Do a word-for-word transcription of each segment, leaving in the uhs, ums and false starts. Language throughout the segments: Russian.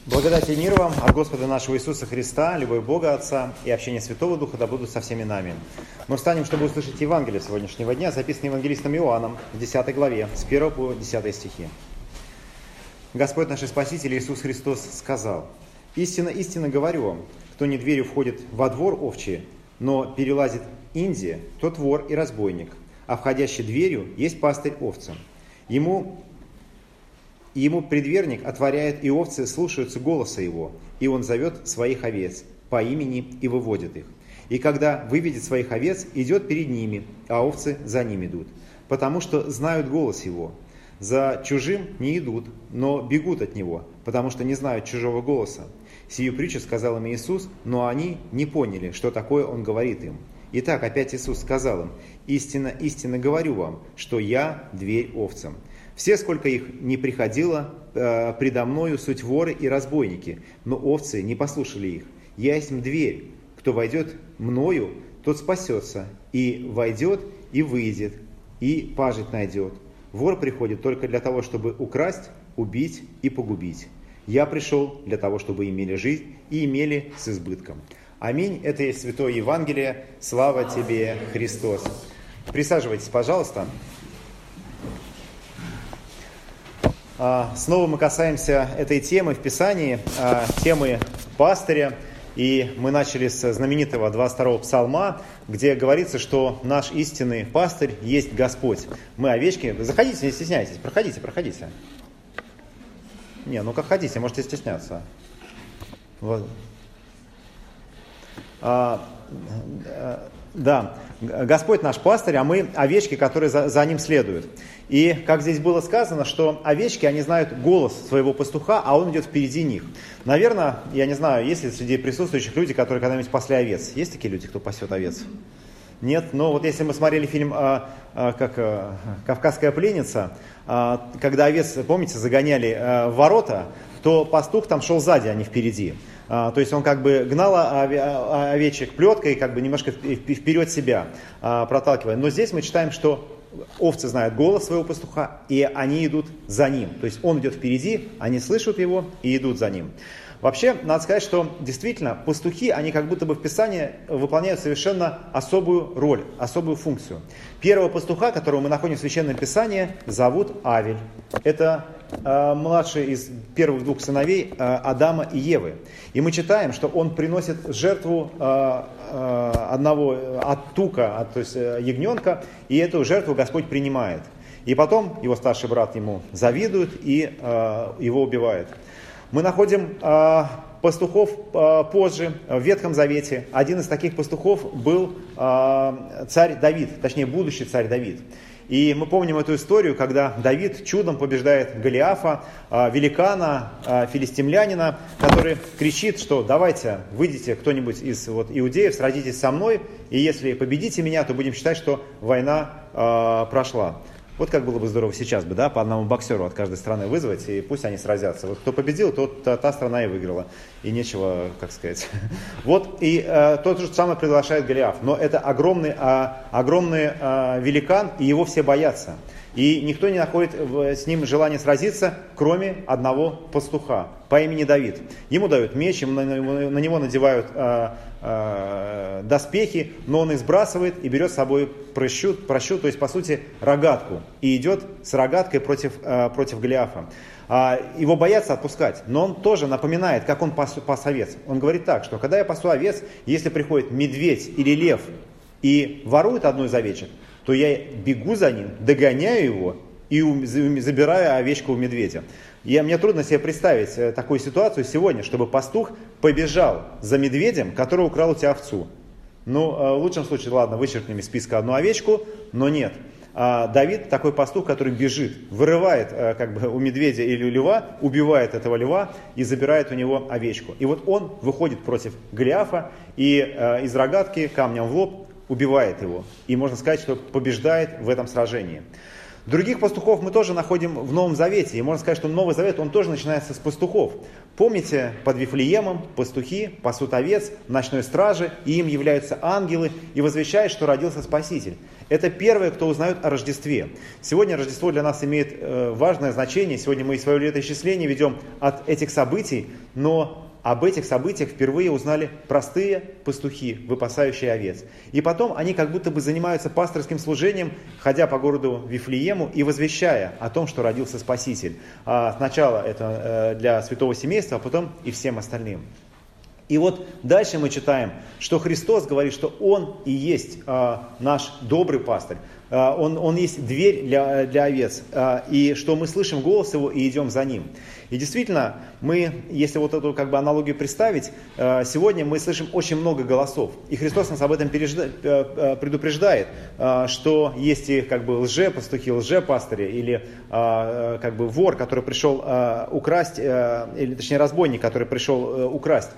Благодать и мир вам от Господа нашего Иисуса Христа, любовь Бога Отца и общение Святого Духа да будут со всеми нами. Мы встанем, чтобы услышать Евангелие сегодняшнего дня, записанное евангелистом Иоанном в десятой главе, с первого по десятый стихи. Господь наш Спаситель Иисус Христос сказал: «Истинно, истинно говорю вам, кто не дверью входит во двор овчий, но перелазит инди, тот вор и разбойник, а входящий дверью есть пастырь овцам. Ему И ему предверник отворяет, и овцы слушаются голоса его, и он зовет своих овец по имени и выводит их. И когда выведет своих овец, идет перед ними, а овцы за ним идут, потому что знают голос его. За чужим не идут, но бегут от него, потому что не знают чужого голоса. Сию притчу сказал им Иисус, но они не поняли, что такое он говорит им. Итак, опять Иисус сказал им: истинно, истинно говорю вам, что я дверь овцам. Все, сколько их не приходило, э, предо мною суть воры и разбойники, но овцы не послушали их. Я есть дверь, кто войдет мною, тот спасется, и войдет, и выйдет, и пажить найдет. Вор приходит только для того, чтобы украсть, убить и погубить. Я пришел для того, чтобы имели жизнь и имели с избытком». Аминь. Это есть Святое Евангелие. Слава тебе, Христос. Присаживайтесь, пожалуйста. Снова мы касаемся этой темы в Писании, темы пастыря. И мы начали с знаменитого двадцать второго псалма, где говорится, что наш истинный пастырь есть Господь. Мы овечки. Заходите, не стесняйтесь. Проходите, проходите. Не, ну как хотите, можете стесняться. Вот. А, да, Господь наш пастырь, а мы овечки, которые за, за ним следуют. И, как здесь было сказано, что овечки, они знают голос своего пастуха, а он идет впереди них. Наверное, я не знаю, есть ли среди присутствующих люди, которые когда-нибудь пасли овец. Есть такие люди, кто пасет овец? Нет? Но вот если мы смотрели фильм а, а, как а, «Кавказская пленница», а, когда овец, помните, загоняли а, в ворота, то пастух там шел сзади, а не впереди. А, то есть он как бы гнал овечек плеткой, как бы немножко вперед себя а, проталкивая. Но здесь мы читаем, что овцы знают голос своего пастуха, и они идут за ним. То есть он идет впереди, они слышат его и идут за ним. Вообще, надо сказать, что действительно пастухи, они как будто бы в Писании выполняют совершенно особую роль, особую функцию. Первого пастуха, которого мы находим в Священном Писании, зовут Авель. Это э, младший из первых двух сыновей э, Адама и Евы. И мы читаем, что он приносит жертву э, э, одного от тука, от, то есть э, ягненка, и эту жертву Господь принимает. И потом его старший брат ему завидует и э, его убивает. Мы находим э, пастухов э, позже, в Ветхом Завете. Один из таких пастухов был э, царь Давид, точнее будущий царь Давид. И мы помним эту историю, когда Давид чудом побеждает Голиафа, э, великана, э, филистимлянина, который кричит, что давайте, выйдите кто-нибудь из вот, иудеев, сразитесь со мной, и если победите меня, то будем считать, что война э, прошла. Вот как было бы здорово сейчас бы, да, по одному боксеру от каждой страны вызвать, и пусть они сразятся. Вот кто победил, тот, та, та страна и выиграла. И нечего, как сказать. Вот, и э, тот же самое приглашает Голиаф. Но это огромный, э, огромный э, великан, и его все боятся. И никто не находит с ним желания сразиться, кроме одного пастуха по имени Давид. Ему дают меч, ему, на него надевают э, э, доспехи, но он их сбрасывает и берет с собой прощу, прощу, то есть по сути рогатку, и идет с рогаткой против, э, против Голиафа. Э, его боятся отпускать, но он тоже напоминает, как он пас, пас овец. Он говорит так, что когда я пасу овец, если приходит медведь или лев и ворует одну из овечек, то я бегу за ним, догоняю его и забираю овечку у медведя. И мне трудно себе представить такую ситуацию сегодня, чтобы пастух побежал за медведем, который украл у тебя овцу. Ну, в лучшем случае, ладно, вычеркнем из списка одну овечку, но нет. Давид такой пастух, который бежит, вырывает как бы у медведя или у льва, убивает этого льва и забирает у него овечку. И вот он выходит против Голиафа и из рогатки камнем в лоб убивает его. И можно сказать, что побеждает в этом сражении. Других пастухов мы тоже находим в Новом Завете. И можно сказать, что Новый Завет, он тоже начинается с пастухов. Помните, под Вифлеемом пастухи пасут овец в ночной страже, и им являются ангелы и возвещают, что родился Спаситель. Это первое, кто узнает о Рождестве. Сегодня Рождество для нас имеет э, важное значение. Сегодня мы свое летоисчисление ведем от этих событий, но об этих событиях впервые узнали простые пастухи, выпасающие овец. И потом они как будто бы занимаются пасторским служением, ходя по городу Вифлеему и возвещая о том, что родился Спаситель. А сначала это для святого семейства, а потом и всем остальным. И вот дальше мы читаем, что Христос говорит, что Он и есть а, наш добрый пастырь. А, он, он есть дверь для, для овец. А, и что мы слышим голос Его и идем за Ним. И действительно, мы, если вот эту как бы аналогию представить, а, сегодня мы слышим очень много голосов. И Христос нас об этом пережда- а, предупреждает, а, что есть и как бы лже-пастухи, лже-пастыри, или а, как бы вор, который пришел а, украсть, а, или точнее разбойник, который пришел а, украсть.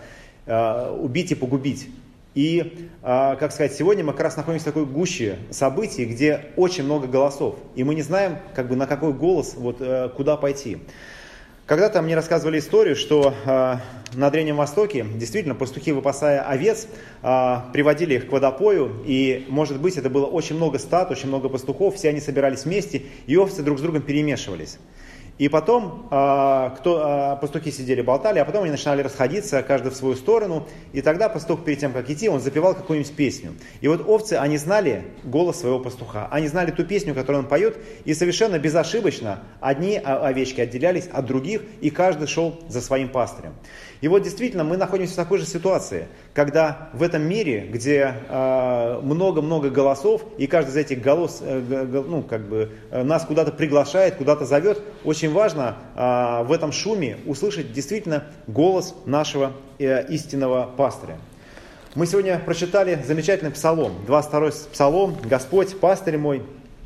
Убить и погубить. И, как сказать, сегодня мы как раз находимся в такой гуще событий, где очень много голосов. И мы не знаем, как бы, на какой голос, вот, куда пойти. Когда-то мне рассказывали историю, что на Древнем Востоке действительно пастухи, выпасая овец, приводили их к водопою. И, может быть, это было очень много стад, очень много пастухов. Все они собирались вместе, и овцы друг с другом перемешивались. И потом а, кто, а, пастухи сидели, болтали, а потом они начинали расходиться, каждый в свою сторону. И тогда пастух, перед тем, как идти, он запевал какую-нибудь песню. И вот овцы, они знали голос своего пастуха, они знали ту песню, которую он поет, и совершенно безошибочно одни овечки отделялись от других, и каждый шел за своим пастырем. И вот действительно мы находимся в такой же ситуации, когда в этом мире, где э, много-много голосов, и каждый из этих голос э, ну, как бы, э, нас куда-то приглашает, куда-то зовет, очень важно э, в этом шуме услышать действительно голос нашего э, истинного пастыря. Мы сегодня прочитали замечательный псалом, двадцать второй псалом: «Господь, пастырь мой,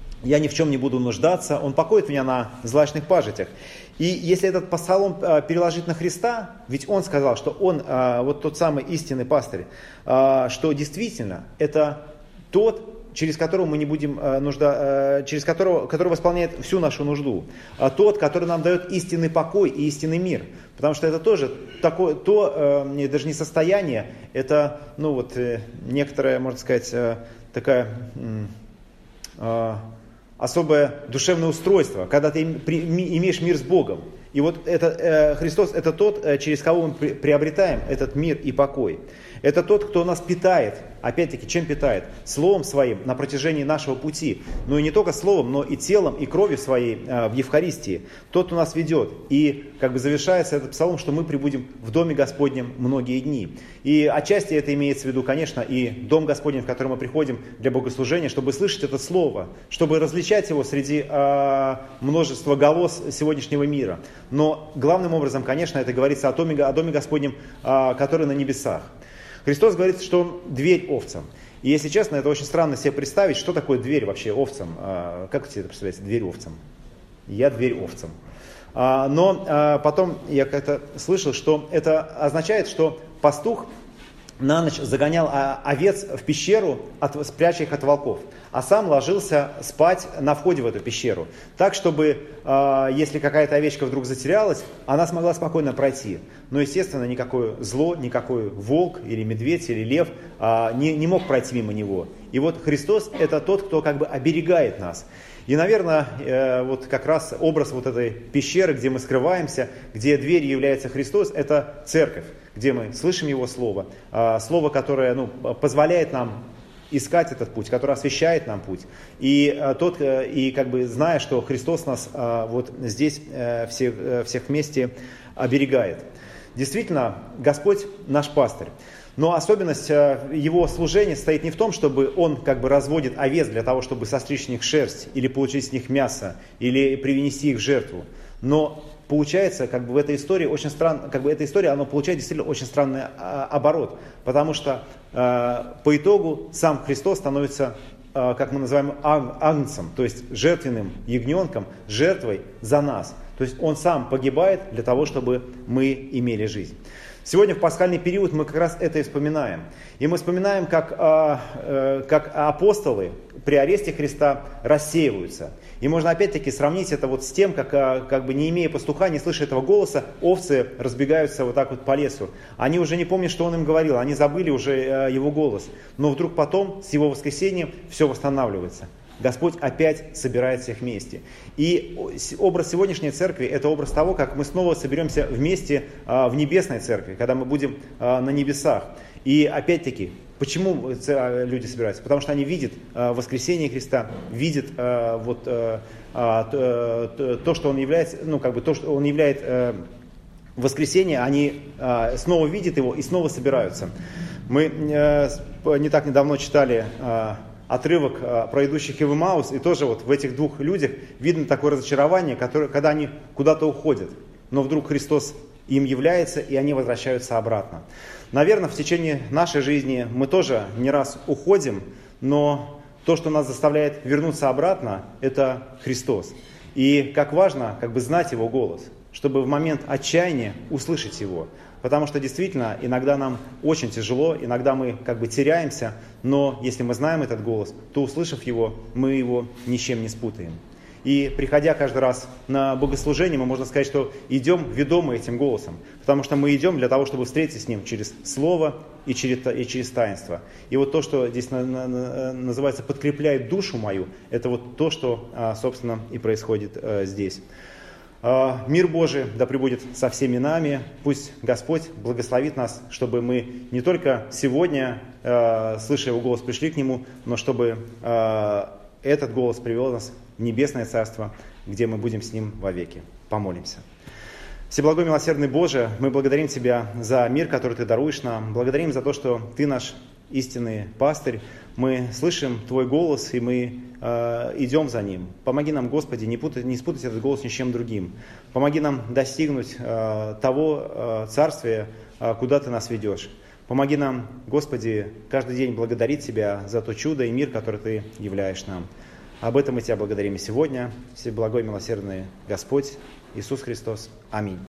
я ни в чем не буду нуждаться, Он покоит меня на злачных пажитях». И если этот псалом переложить на Христа, ведь Он сказал, что Он вот тот самый истинный пастырь, что действительно это тот, через которого мы не будем нужда, через которого, который восполняет всю нашу нужду, тот, который нам дает истинный покой и истинный мир, потому что это тоже такое, то даже не состояние, это, ну вот некоторая, можно сказать, такая особое душевное устройство, когда ты имеешь мир с Богом. И вот это, э, Христос это тот, э, через кого мы при, приобретаем этот мир и покой. Это тот, кто нас питает. Опять-таки, чем питает? Словом Своим на протяжении нашего пути. Но и не только словом, но и телом, и кровью Своей э, в Евхаристии. Тот, кто нас ведет. И как бы завершается этот псалом, что мы пребудем в Доме Господнем многие дни. И отчасти это имеется в виду, конечно, и Дом Господень, в который мы приходим для богослужения, чтобы слышать это слово, чтобы различать его среди э, множества голос сегодняшнего мира. Но главным образом, конечно, это говорится о Доме, о Доме Господнем, э, который на небесах. Христос говорит, что Он дверь овцам. И если честно, это очень странно себе представить, что такое дверь вообще овцам. Э, как вы себе это представляете, дверь овцам? Я дверь овцам. Э, но э, потом я как-то слышал, что это означает, что пастух на ночь загонял овец в пещеру, от, спряча их от волков, а сам ложился спать на входе в эту пещеру, так, чтобы, э, если какая-то овечка вдруг затерялась, она смогла спокойно пройти. Но, естественно, никакое зло, никакой волк или медведь или лев э, не, не мог пройти мимо него. И вот Христос – это тот, кто как бы оберегает нас. И, наверное, э, вот как раз образ вот этой пещеры, где мы скрываемся, где дверью является Христос, это церковь, где мы слышим Его Слово, э, Слово, которое ну, позволяет нам искать этот путь, который освещает нам путь. И, э, тот, э, и как бы зная, что Христос нас э, вот здесь э, всех, э, всех вместе оберегает. Действительно, Господь наш пастырь. Но особенность его служения состоит не в том, чтобы он как бы разводит овец для того, чтобы состричь с них шерсть, или получить с них мясо, или принести их в жертву. Но получается, как бы в этой истории очень странно, как бы эта история, она получает действительно очень странный а, оборот, потому что а, по итогу сам Христос становится, а, как мы называем, аг, агнцем, то есть жертвенным ягненком, жертвой за нас. То есть он сам погибает для того, чтобы мы имели жизнь. Сегодня в пасхальный период мы как раз это и вспоминаем. И мы вспоминаем, как, э, э, как апостолы при аресте Христа рассеиваются. И можно опять-таки сравнить это вот с тем, как, э, как бы не имея пастуха, не слыша этого голоса, овцы разбегаются вот так вот по лесу. Они уже не помнят, что он им говорил, они забыли уже э, его голос. Но вдруг потом, с его воскресением, все восстанавливается. Господь опять собирает всех вместе. И образ сегодняшней церкви – это образ того, как мы снова соберемся вместе в небесной церкви, когда мы будем на небесах. И опять-таки, почему люди собираются? Потому что они видят воскресение Христа, видят вот то, что Он является, ну как бы то, что Он являет воскресение, они снова видят Его и снова собираются. Мы не так недавно читали отрывок а, про идущих в Эмаус, и тоже вот в этих двух людях видно такое разочарование, которое, когда они куда-то уходят, но вдруг Христос им является, и они возвращаются обратно. Наверное, в течение нашей жизни мы тоже не раз уходим, но то, что нас заставляет вернуться обратно, это Христос. И как важно как бы знать Его голос, чтобы в момент отчаяния услышать Его. Потому что действительно иногда нам очень тяжело, иногда мы как бы теряемся, но если мы знаем этот голос, то услышав его, мы его ни с чем не спутаем. И приходя каждый раз на богослужение, мы можно сказать, что идем ведомы этим голосом, потому что мы идем для того, чтобы встретиться с ним через слово и через, и через таинство. И вот то, что здесь на, на, на, называется «подкрепляет душу мою», это вот то, что, собственно, и происходит а, здесь. Мир Божий да пребудет со всеми нами. Пусть Господь благословит нас, чтобы мы не только сегодня, слыша Его голос, пришли к Нему, но чтобы этот голос привел нас в небесное Царство, где мы будем с Ним вовеки. Помолимся. Всеблагой милосердный Боже, мы благодарим Тебя за мир, который Ты даруешь нам. Благодарим за то, что Ты наш истинный пастырь. Мы слышим Твой голос, и мы э, идем за Ним. Помоги нам, Господи, не, путать, не спутать этот голос ни с чем другим. Помоги нам достигнуть э, того э, царствия, э, куда Ты нас ведешь. Помоги нам, Господи, каждый день благодарить Тебя за то чудо и мир, который Ты являешь нам. Об этом мы Тебя благодарим и сегодня. Всеблагой милосердный Господь Иисус Христос. Аминь.